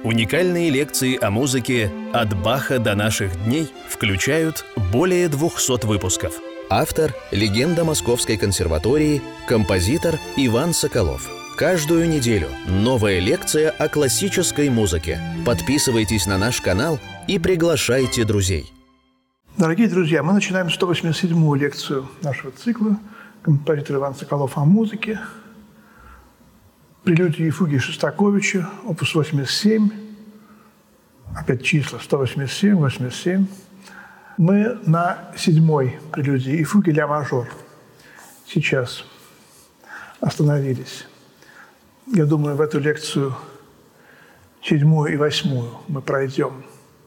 Уникальные лекции о музыке «От Баха до наших дней» включают более 200 выпусков. Автор – легенда Московской консерватории, композитор Иван Соколов. Каждую неделю новая лекция о классической музыке. Подписывайтесь на наш канал и приглашайте друзей. Дорогие друзья, мы начинаем 187-ю лекцию нашего цикла «Композитор Иван Соколов о музыке». Прелюдии и фуги Шостаковича, опус 87, опять числа 187, 87. Мы на 7-й прелюдии и фуге ля мажор сейчас остановились. Я думаю, в эту лекцию 7-ю и 8-ю мы пройдем.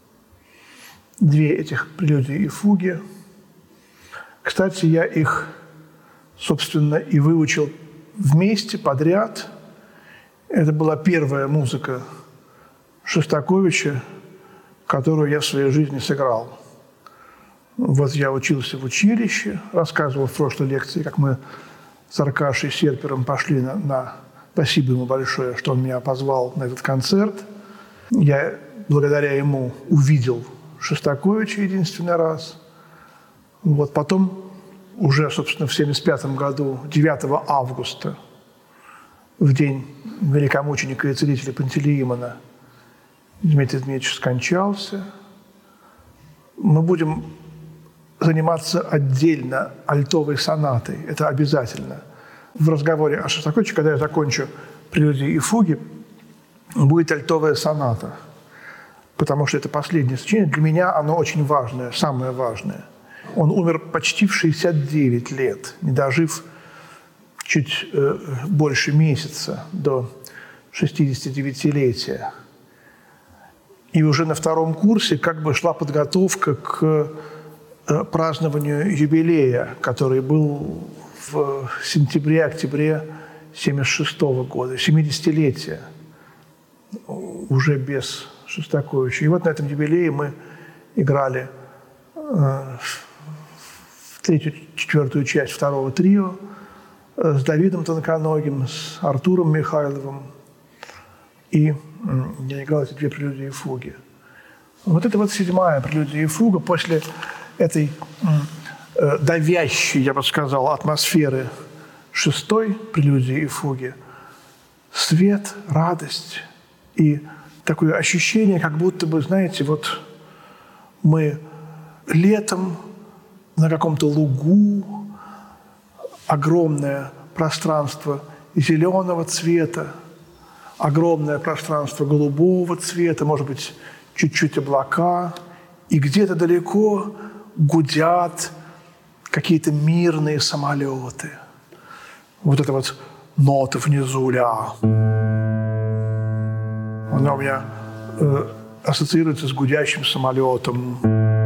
2 этих прелюдии и фуги. Кстати, я их, собственно, и выучил вместе, подряд. Это была первая музыка Шостаковича, которую я в своей жизни сыграл. Вот я учился в училище, рассказывал в прошлой лекции, как мы с Аркашей Серпером пошли на... Спасибо ему большое, что он меня позвал на этот концерт. Я благодаря ему увидел Шостаковича единственный раз. Вот потом уже, собственно, в 1975 году, 9 августа, в день великомученика и целителя Пантелеимона, Дмитрий Дмитриевич скончался. Мы будем заниматься отдельно альтовой сонатой. Это обязательно. В разговоре о Шостаковиче, когда я закончу прелюдии и фуги, будет альтовая соната. Потому что это последнее сочинение. Для меня оно очень важное, самое важное. Он умер почти в 69 лет, не дожив чуть больше месяца до 69-летия. И уже на 2-м курсе как бы шла подготовка к празднованию юбилея, который был в сентябре-октябре 1976 года, 70-летие, уже без Шостаковича. И вот на этом юбилее мы играли в 3-4 часть 2-го трио с Давидом Тонконогим, с Артуром Михайловым. И я играл эти 2 прелюдии и фуги. Вот это вот 7-я прелюдия и фуга после этой давящей, я бы сказал, атмосферы 6-й прелюдии и фуги. Свет, радость и такое ощущение, как будто бы, знаете, вот мы летом на каком-то лугу, огромное пространство зеленого цвета, огромное пространство голубого цвета, может быть, чуть-чуть облака, и где-то далеко гудят какие-то мирные самолеты. Вот это вот нота внизу, ля. Она у меня ассоциируется с гудящим самолетом.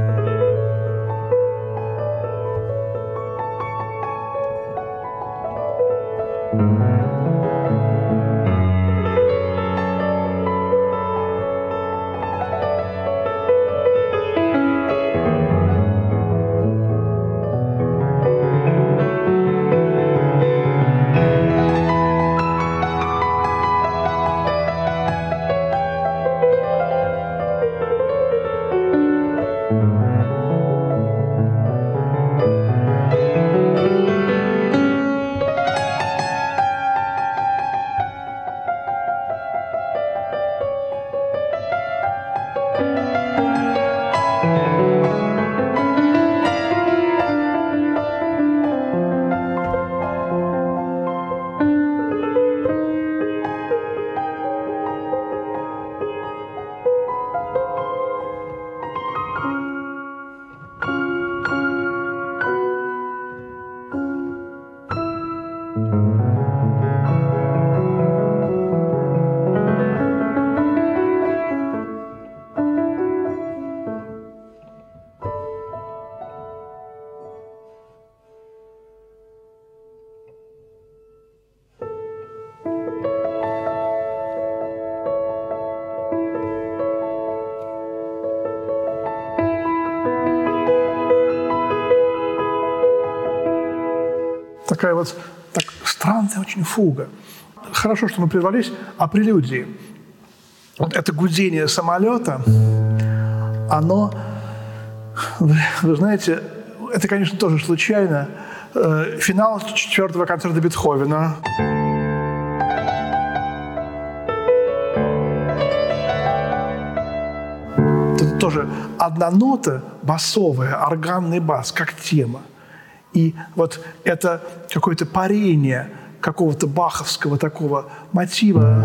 такая вот странная очень фуга. Хорошо, что мы прервались о прелюдии. вот это гудение самолета, оно, вы знаете, это, конечно, тоже случайно. Финал 4-го концерта Бетховена. Это тоже одна нота басовая, органный бас, как тема. И вот это какое-то парение какого-то баховского такого мотива.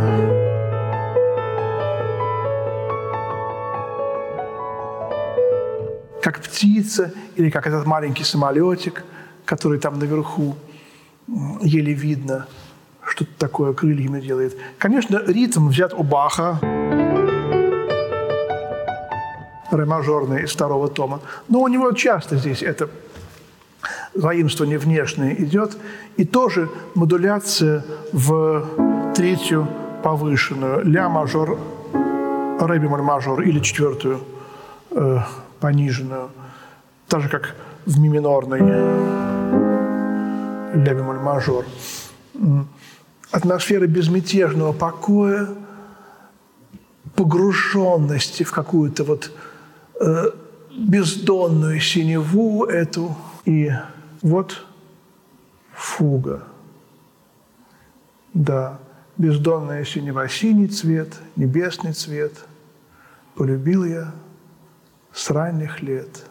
Как птица или как этот маленький самолетик, который там наверху еле видно, что-то такое крыльями делает. Конечно, ритм взят у Баха, ре-мажорный из 2-го тома, но у него часто здесь это заимствование внешнее идет, и тоже модуляция в 3-ю повышенную, ля-мажор, ре-бемоль-мажор или 4-ю пониженную, так же, как в ми минорной ля-бемоль-мажор. Атмосфера безмятежного покоя, погруженности в какую-то вот бездонную синеву эту. И вот фуга. Да, бездонная синева, синий цвет, небесный цвет. Полюбил я с ранних лет.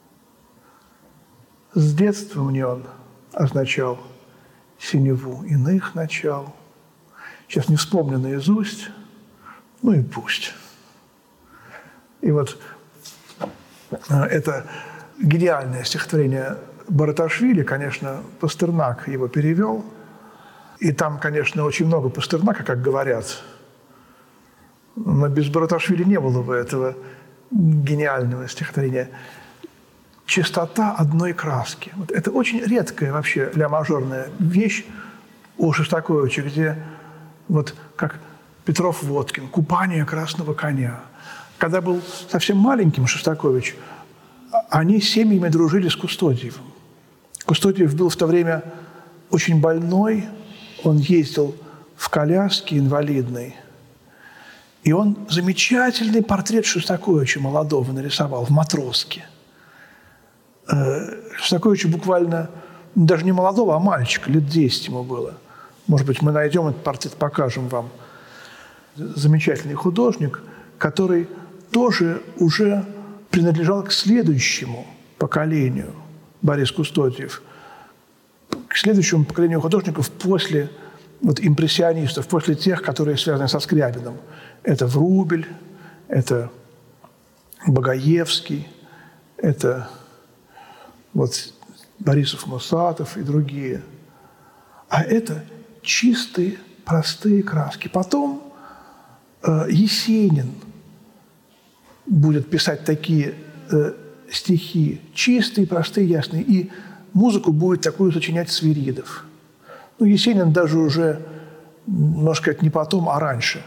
С детства мне он означал синеву иных начал. Сейчас не вспомню наизусть, ну и пусть. И вот это гениальное стихотворение Бараташвили, конечно, Пастернак его перевел. И там, конечно, очень много Пастернака, как говорят. Но без Бараташвили не было бы этого гениального стихотворения. «Чистота одной краски». Вот это очень редкая вообще ля-мажорная вещь у Шостаковича, где вот как Петров-Водкин «Купание красного коня». Когда был совсем маленьким Шостакович, они с семьями дружили с Кустодиевым. Кустодиев был в то время очень больной, он ездил в коляске инвалидной, и он замечательный портрет Шостаковича молодого нарисовал в матроске. Шостаковича буквально даже не молодого, а мальчика, лет 10 ему было. Может быть, мы найдем этот портрет, покажем вам. Замечательный художник, который тоже уже принадлежал к следующему поколению, Борис Кустодиев, к следующему поколению художников после вот, импрессионистов, после тех, которые связаны со Скрябиным. Это Врубель, это Багаевский, это вот Борисов-Мусатов и другие. А это чистые, простые краски. Потом Есенин будет писать такие стихи, чистые, простые, ясные. И музыку будет такую сочинять Свиридов. Ну, Есенин даже уже, можно сказать, не потом, а раньше.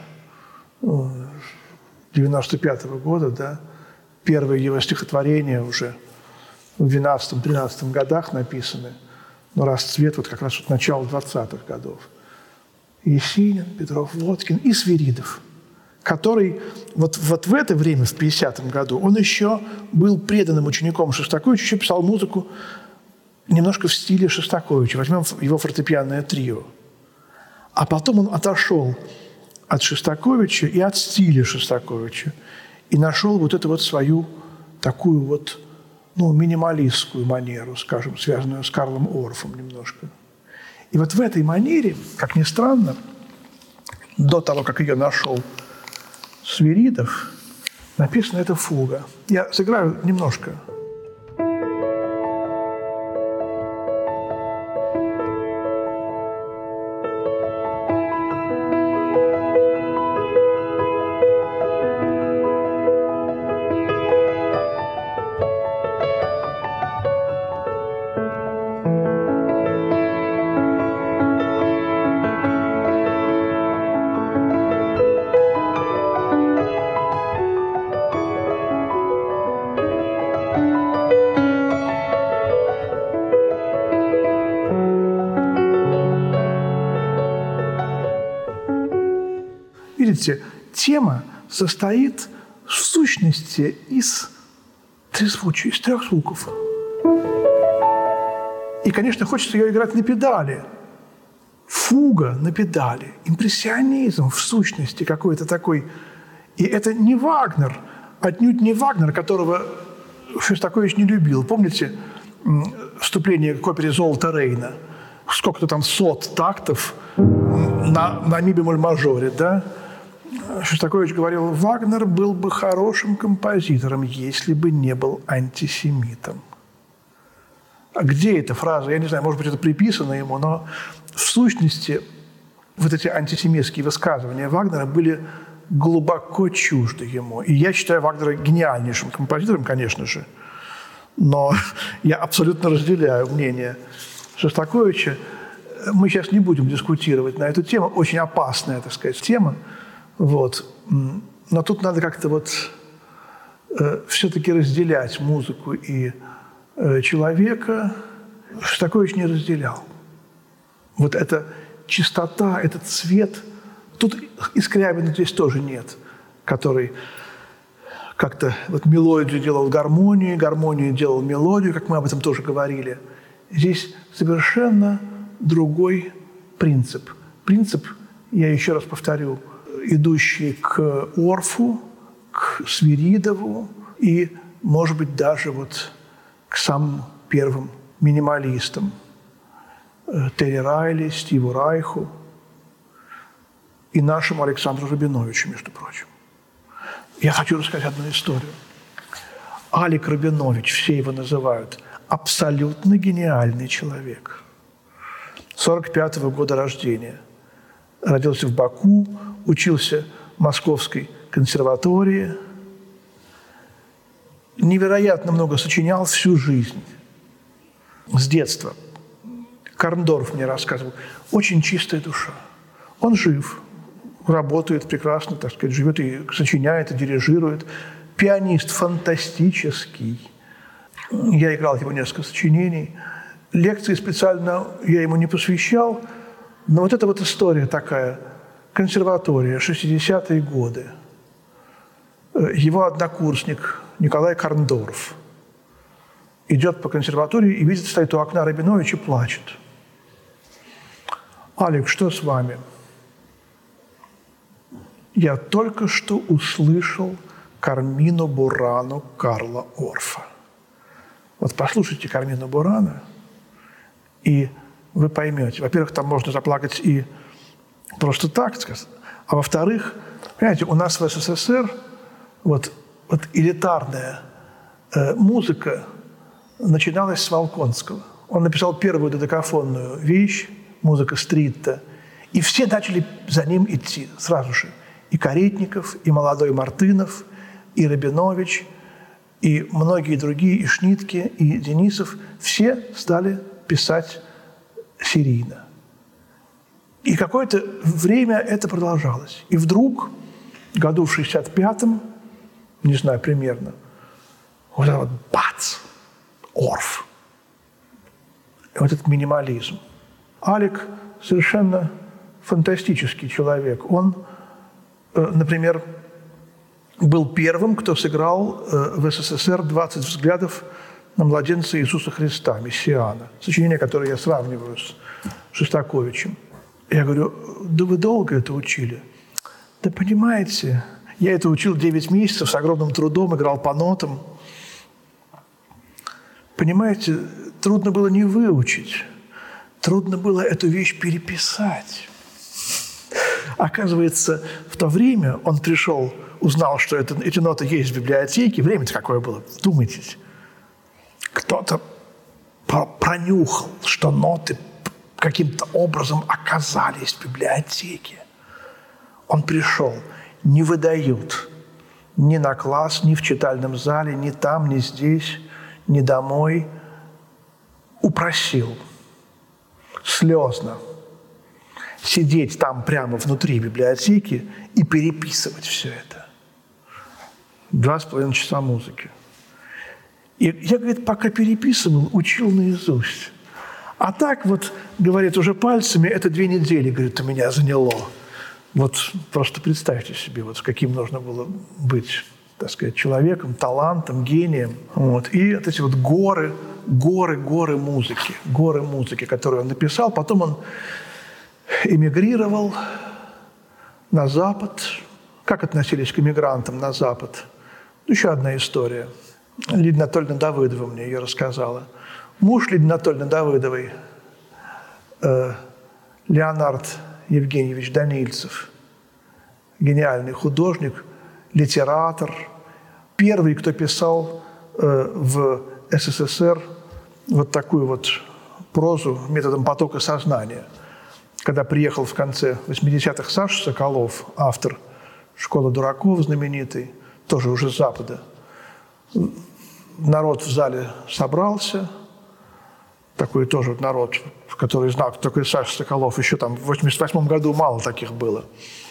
95-го года, да, первые его стихотворения уже в 12-13 годах написаны, но расцвет вот как раз вот начало 20-х годов. Есенин, Петров-Водкин и Свиридов, который вот в это время, в 50-м году, он еще был преданным учеником Шостаковича, еще писал музыку немножко в стиле Шостаковича. Возьмем его фортепианное трио. А потом он отошел от Шостаковича и от стиля Шостаковича и нашел вот эту вот свою такую вот, ну, минималистскую манеру, скажем, связанную с Карлом Орфом немножко. И вот в этой манере, как ни странно, до того, как ее нашел Свиридов, написана эта фуга. Я сыграю немножко. Видите, тема состоит в сущности из трезвучия, из 3 звуков. И, конечно, хочется ее играть на педали. Фуга на педали, импрессионизм в сущности какой-то такой. И это не Вагнер, отнюдь не Вагнер, которого Шостакович не любил. Помните вступление к опере «Золото Рейна»? Сколько-то там сот тактов на ми-бемоль-мажоре, да? Шостакович говорил, Вагнер был бы хорошим композитором, если бы не был антисемитом. А где эта фраза? Я не знаю, может быть, это приписано ему, но в сущности вот эти антисемитские высказывания Вагнера были глубоко чужды ему. И я считаю Вагнера гениальнейшим композитором, конечно же, но я абсолютно разделяю мнение Шостаковича. Мы сейчас не будем дискутировать на эту тему. Очень опасная, так сказать, тема. Вот. Но тут надо как-то вот все-таки разделять музыку и человека. Шостакович не разделял. Вот эта чистота, этот цвет. Тут и Скрябина здесь тоже нет, который как-то вот мелодию делал гармонию, гармонию делал мелодию, как мы об этом тоже говорили. Здесь совершенно другой принцип. Принцип, я еще раз повторю, идущий к Орфу, к Свиридову и, может быть, даже вот к самым первым минималистам. Терри Райли, Стиву Райху и нашему Александру Рабиновичу, между прочим. Я хочу рассказать одну историю. Алик Рабинович, все его называют, абсолютно гениальный человек. 45-го года рождения. Родился в Баку, учился в Московской консерватории. Невероятно много сочинял всю жизнь. С детства. Карндорф мне рассказывал. Очень чистая душа. Он жив, работает прекрасно, так сказать, живет и сочиняет, и дирижирует. Пианист фантастический. Я играл его несколько сочинений. Лекции специально я ему не посвящал, но вот эта вот история такая. Консерватория, 60-е годы. Его однокурсник Николай Карндорф идет по консерватории и видит, стоит у окна Рабинович и плачет. «Алик, что с вами?» «Я только что услышал Кармину Бурану Карла Орфа». Вот послушайте Кармину Бурана, и вы поймете. Во-первых, там можно заплакать и просто так сказать. А во-вторых, понимаете, у нас в СССР вот элитарная музыка начиналась с Волконского. Он написал первую додекафонную вещь, музыка Стритта, и все начали за ним идти сразу же. И Каретников, и молодой Мартынов, и Рабинович, и многие другие, и Шнитке, и Денисов, все стали писать серийно. И какое-то время это продолжалось. И вдруг, году в 65-м, не знаю, примерно, вот это вот бац, Орф. И вот этот минимализм. Алик совершенно фантастический человек. Он, например, был первым, кто сыграл в СССР «20 взглядов на младенца Иисуса Христа», Мессиана. Сочинение, которое я сравниваю с Шостаковичем. Я говорю, да вы долго это учили? Да понимаете, я это учил 9 месяцев с огромным трудом, играл по нотам. Понимаете, трудно было не выучить, трудно было эту вещь переписать. Оказывается, в то время он пришел, узнал, что эти ноты есть в библиотеке. Время-то какое было, вдумайтесь. Кто-то пронюхал, что ноты каким-то образом оказались в библиотеке. Он пришел, не выдают ни на класс, ни в читальном зале, ни там, ни здесь, ни домой. Упросил слезно сидеть там прямо внутри библиотеки и переписывать все это. 2,5 часа музыки. И я, говорит, пока переписывал, учил наизусть. А так вот, говорит, уже пальцами, это 2 недели, говорит, у меня заняло. Вот просто представьте себе, вот с каким нужно было быть, так сказать, человеком, талантом, гением. Вот. И вот эти вот горы музыки, которые он написал. Потом он эмигрировал на Запад. Как относились к эмигрантам на Запад? Еще одна история. Лидия Анатольевна Давыдова мне ее рассказала. Муж Лидии Анатольевны Давыдовой, Леонард Евгеньевич Данильцев, гениальный художник, литератор, первый, кто писал в СССР вот такую вот прозу методом потока сознания. Когда приехал в конце 80-х Саша Соколов, автор «Школы дураков» знаменитый, тоже уже с Запада, народ в зале собрался, такой тоже народ, который знал, кто такой Саша Соколов, еще там в 88 году мало таких было.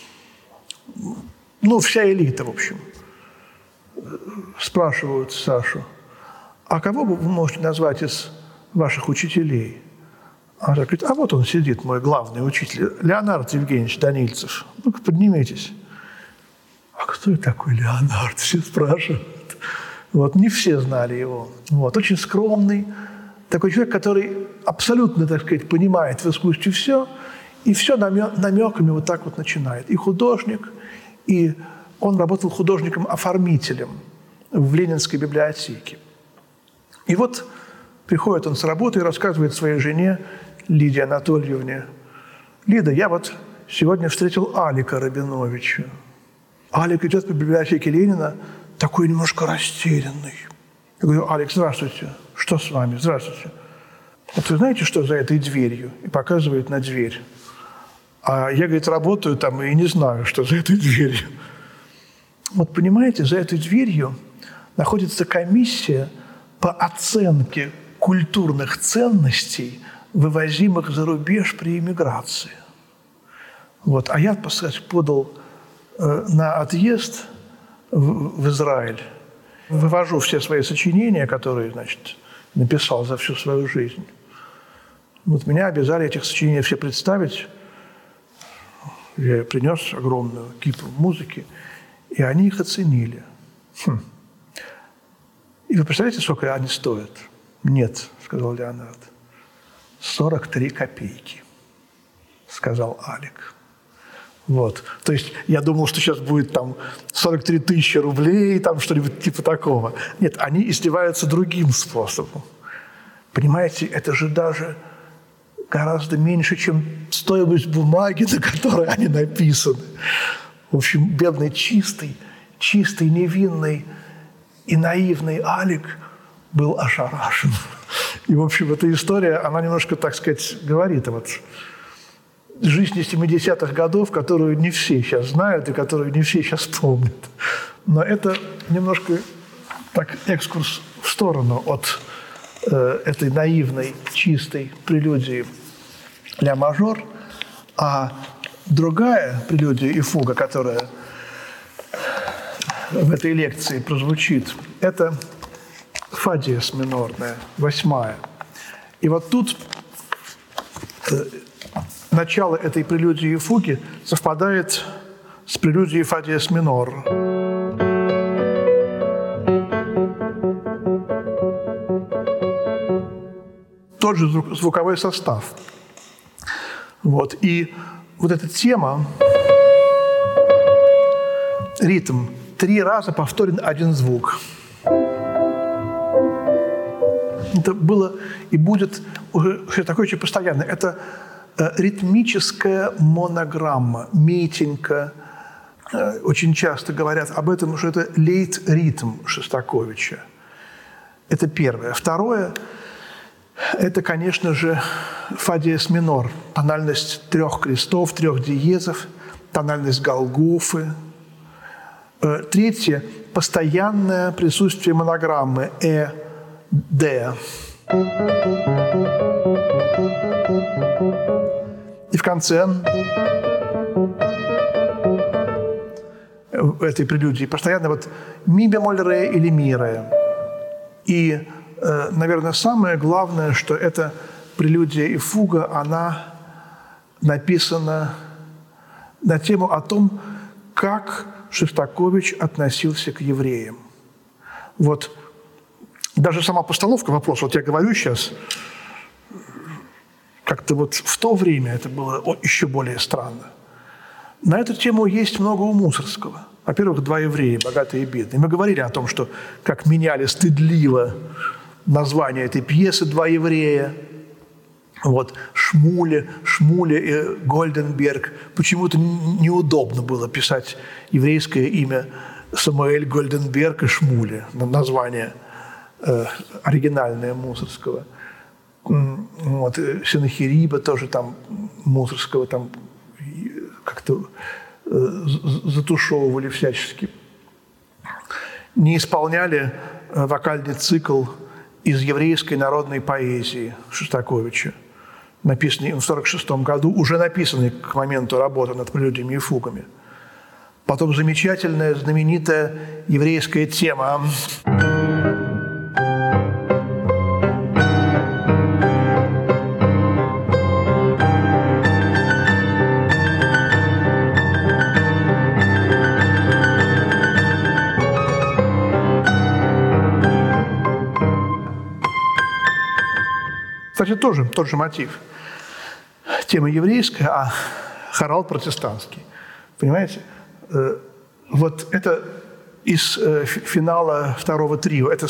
Ну, вся элита, в общем. Спрашивают Сашу: а кого вы можете назвать из ваших учителей? А он говорит: а вот он сидит, мой главный учитель, Леонард Евгеньевич Данильцев. Ну-ка, поднимитесь. А кто такой Леонард? Все спрашивают. Вот, не все знали его. Вот, очень скромный, такой человек, который абсолютно, так сказать, понимает в искусстве все, и все намеками вот так вот начинает. И художник, и он работал художником-оформителем в Ленинской библиотеке. И вот приходит он с работы и рассказывает своей жене Лидии Анатольевне: «Лида, я вот сегодня встретил Алика Рабиновича». Алик идет по библиотеке Ленина, такой немножко растерянный. Я говорю: «Алик, здравствуйте. Что с вами? Здравствуйте. Вот вы знаете, что за этой дверью?» И показывает на дверь. А я, говорит, работаю там и не знаю, что за этой дверью. Вот понимаете, за этой дверью находится комиссия по оценке культурных ценностей, вывозимых за рубеж при эмиграции. Вот. А я, так сказать, подал на отъезд в Израиль. Вывожу все свои сочинения, которые, значит, написал за всю свою жизнь. Вот меня обязали этих сочинений все представить. Я принес огромную кипу музыки, и они их оценили. И вы представляете, сколько они стоят? «Нет», – сказал Леонард. 43 копейки, сказал Алик. Вот. То есть я думал, что сейчас будет там 43 тысячи рублей, там что-нибудь типа такого. Нет, они издеваются другим способом. Понимаете, это же даже гораздо меньше, чем стоимость бумаги, на которой они написаны. В общем, бедный, чистый, невинный и наивный Алик был ошарашен. И, в общем, эта история, она немножко, так сказать, говорит о вот жизни 70-х годов, которую не все сейчас знают и которую не все сейчас помнят. Но это немножко так экскурс в сторону от этой наивной, чистой прелюдии ля-мажор, а другая прелюдия и фуга, которая в этой лекции прозвучит, это фа диез минорная, 8-я. И вот тут начало этой прелюдии и фуги совпадает с прелюдией фа диез минор. Тот же звуковой состав. Вот. И вот эта тема, ритм, 3 раза повторен один звук. Это было и будет уже такое очень постоянно. Это ритмическая монограмма, митенька. Очень часто говорят об этом, что это лейт-ритм Шостаковича. Это первое. Второе – это, конечно же, фа диез минор. Тональность 3 крестов, 3 диезов, тональность Голгофы. Третье – постоянное присутствие монограммы Д. И в конце этой прелюдии постоянно вот ми бемоль ре или ми ре. И, наверное, самое главное, что эта прелюдия и фуга, она написана на тему о том, как Шостакович относился к евреям. Вот даже сама постановка вопроса, вот я говорю сейчас, как-то вот в то время это было еще более странно. На эту тему есть много у Мусоргского. Во-первых, два еврея, богатые и бедные. Мы говорили о том, что как меняли стыдливо название этой пьесы «Два еврея». Вот Шмуле и Гольденберг. Почему-то неудобно было писать еврейское имя Самуэль Гольденберг и Шмуле, название оригинальное Мусоргского. Вот, Сенахириба тоже там Мусоргского там как-то затушевывали всячески. Не исполняли вокальный цикл из еврейской народной поэзии Шостаковича, написанный в 1946 году, уже написанный к моменту работы над прелюдиями и фугами. Потом замечательная, знаменитая еврейская тема. Кстати, тоже тот же мотив. Тема еврейская, а хорал протестантский. Понимаете? Вот это из финала второго трио. Это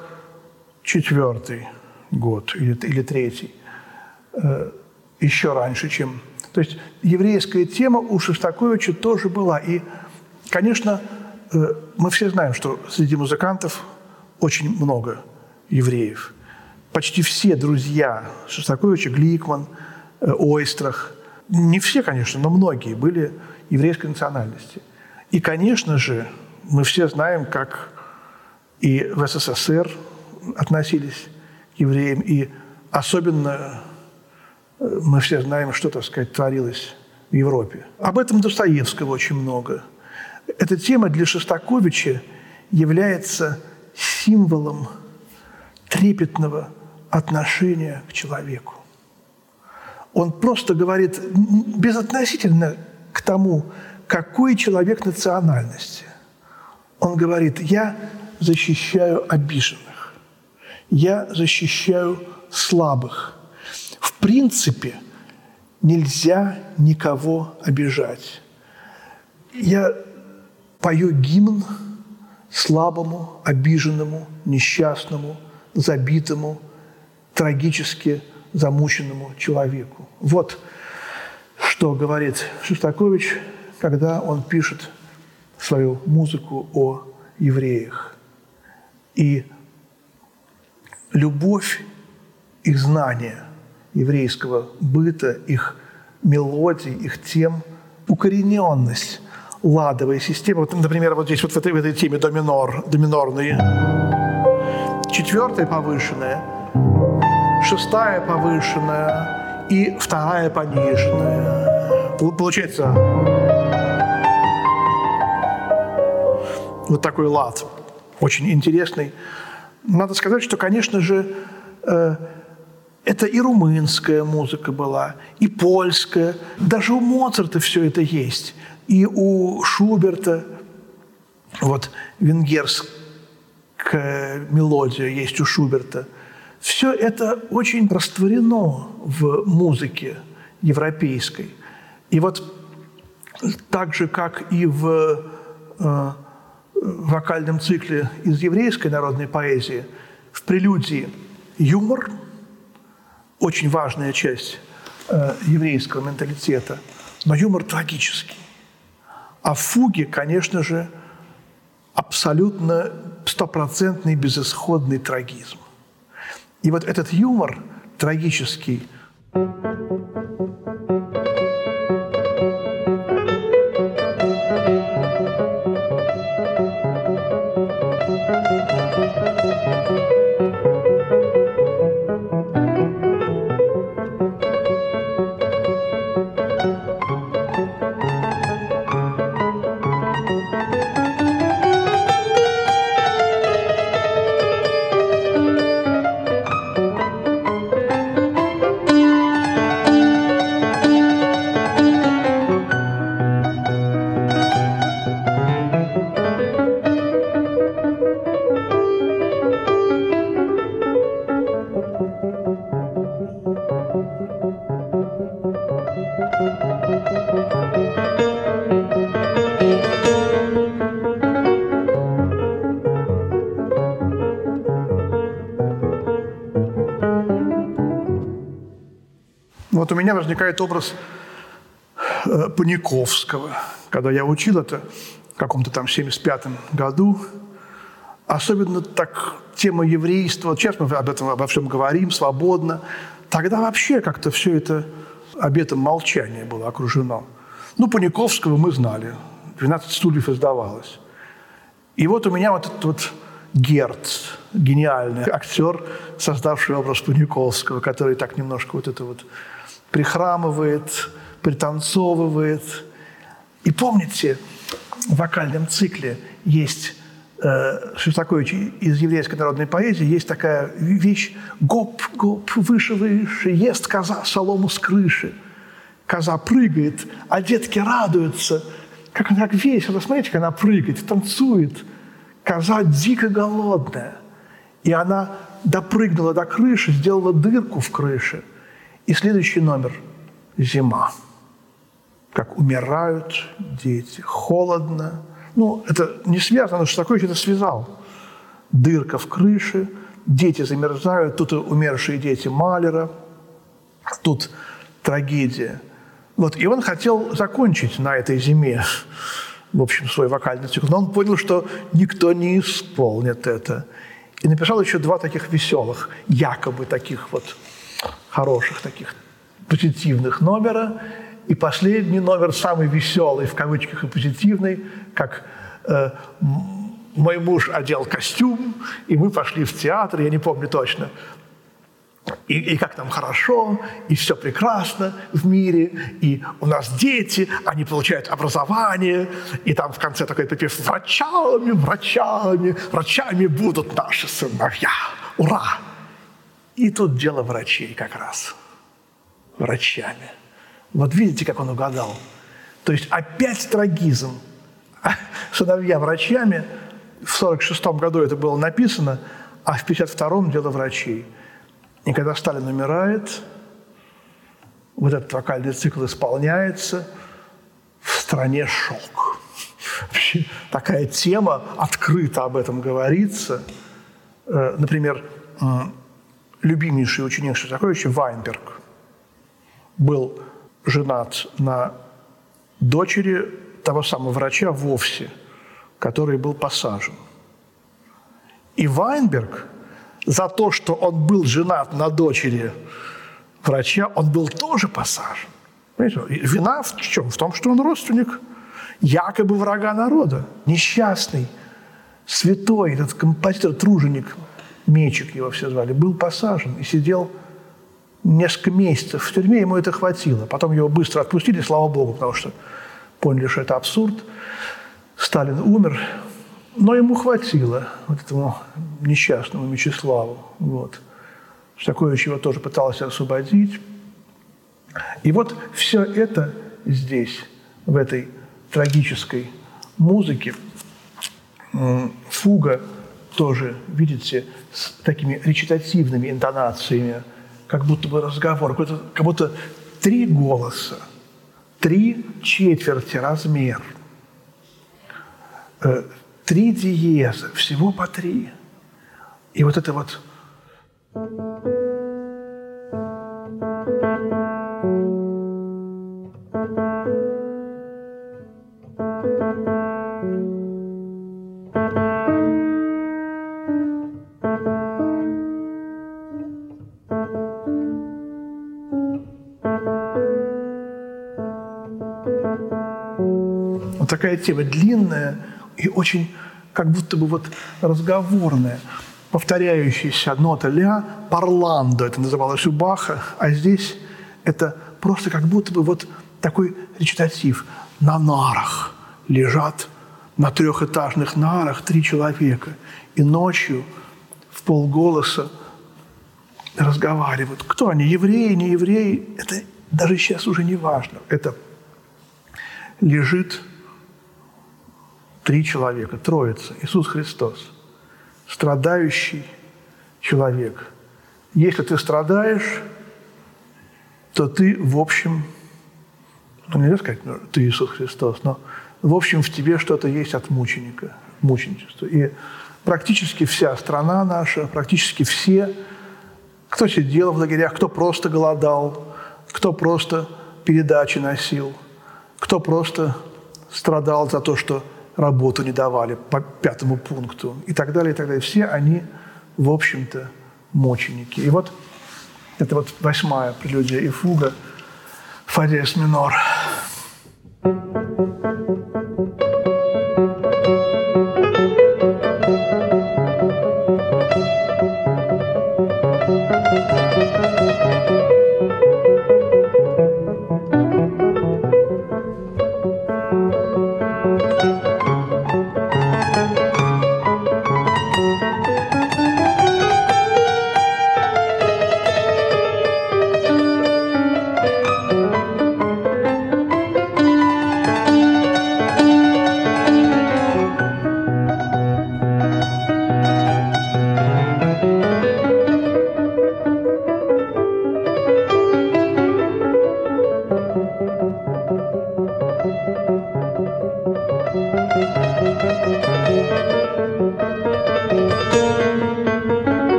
44-й год или третий. Еще раньше, чем... То есть еврейская тема у Шостаковича тоже была. И, конечно, мы все знаем, что среди музыкантов очень много евреев. Почти все друзья Шостаковича, Гликман, Ойстрах, не все, конечно, но многие были еврейской национальности. И, конечно же, мы все знаем, как и в СССР относились к евреям, и особенно мы все знаем, что, так сказать, творилось в Европе. Об этом Достоевского очень много. Эта тема для Шостаковича является символом трепетного отношения к человеку. Он просто говорит безотносительно к тому, какой человек национальности. Он говорит: я защищаю обиженных, я защищаю слабых. В принципе, нельзя никого обижать. Я пою гимн слабому, обиженному, несчастному, забитому, трагически замученному человеку. Вот что говорит Шостакович, когда он пишет свою музыку о евреях. И любовь, их знание еврейского быта, их мелодий, их тем, укорененность ладовой системы. Вот, например, вот здесь вот в этой теме до минорные. Четвертая повышенная, шестая повышенная и вторая пониженная. Получается вот такой лад, очень интересный. Надо сказать, что, конечно же, это и румынская музыка была, и польская. Даже у Моцарта все это есть. И у Шуберта вот венгерская мелодия есть у Шуберта. Все это очень растворено в музыке европейской. И вот так же, как и в вокальном цикле из еврейской народной поэзии, в прелюдии юмор, очень важная часть еврейского менталитета, но юмор трагический. А в фуге, конечно же, абсолютно стопроцентный безысходный трагизм. И вот этот юмор трагический, Вот у меня возникает образ Паниковского. Когда я учил это в каком-то там 75-м году, особенно так тема еврейства, вот сейчас мы обо всем говорим свободно, тогда вообще как-то все это обетом молчания было окружено. Ну, Паниковского мы знали, 12 стульев издавалось. И вот у меня вот этот вот Герц, гениальный актер, создавший образ Паниковского, который так немножко вот это вот прихрамывает, пританцовывает. И помните, в вокальном цикле есть Шостаковича из еврейской народной поэзии, есть такая вещь: гоп-гоп, выше-выше, ест коза солому с крыши. Коза прыгает, а детки радуются. Как весело, смотрите, как она прыгает, танцует. Коза дико голодная. И она допрыгнула до крыши, сделала дырку в крыше. И следующий номер – зима. Как умирают дети, холодно. Ну, это не связано, что такое это связал. Дырка в крыше, дети замерзают, тут умершие дети Малера, тут трагедия. Вот, и он хотел закончить на этой зиме, в общем, свой вокальный цикл, но он понял, что никто не исполнит это. И написал еще 2 таких веселых, якобы таких вот хороших, таких позитивных номера. И последний номер, самый веселый, в кавычках, и позитивный, как «Мой муж одел костюм, и мы пошли в театр», я не помню точно. И как нам хорошо, и все прекрасно в мире, и у нас дети, они получают образование, и там в конце такой припев: «Врачами, врачами, врачами будут наши сыновья! Ура!» И тут дело врачей как раз. Врачами. Вот видите, как он угадал? То есть опять трагизм. Сыновья врачами. В 1946 году это было написано, а в 1952 дело врачей. И когда Сталин умирает, вот этот вокальный цикл исполняется, в стране шок. Вообще такая тема, открыто об этом говорится. Например, любимейший ученик Шостаковича Вайнберг был женат на дочери того самого врача вовсе, который был посажен. И Вайнберг за то, что он был женат на дочери врача, он был тоже посажен. Понимаете? Вина в чем? В том, что он родственник якобы врага народа. Несчастный, святой, этот композитор, труженик, Мечик его все звали, был посажен и сидел несколько месяцев в тюрьме, ему это хватило. Потом его быстро отпустили, слава богу, потому что поняли, что это абсурд. Сталин умер, но ему хватило, вот этому несчастному Мечиславу. Вот. Шостакович его тоже пытался освободить. И вот все это здесь, в этой трагической музыке. Фуга тоже, видите, с такими речитативными интонациями, как будто бы разговор, как будто 3 голоса, 3 четверти размер, 3 диеза, всего по 3. И вот это вот... Вот такая тема длинная и очень как будто бы вот разговорная, повторяющаяся нота ля, парландо, это называлось у Баха, а здесь это просто как будто бы вот такой речитатив. На нарах лежат, на 3-этажных нарах 3 человека, и ночью в полголоса разговаривают. Кто они, евреи, не евреи, это даже сейчас уже не важно. Это лежит 3 человека, Троица, Иисус Христос, страдающий человек. Если ты страдаешь, то ты, в общем, ну, нельзя сказать, ты Иисус Христос, но, в общем, в тебе что-то есть от мученика, мученичества. И практически вся страна наша, практически все, кто сидел в лагерях, кто просто голодал, кто просто передачи носил, кто просто страдал за то, что работу не давали по 5 пункту и так далее, и так далее. Все они, в общем-то, мученики. И вот это вот 8-я прелюдия и фуга, фа диез минор.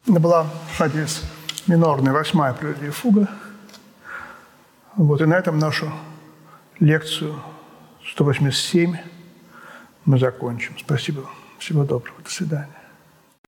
Это была шатец минорная, 8-я прелюдия фуга. Вот, и на этом нашу лекцию 187 мы закончим. Спасибо. Всего доброго. До свидания.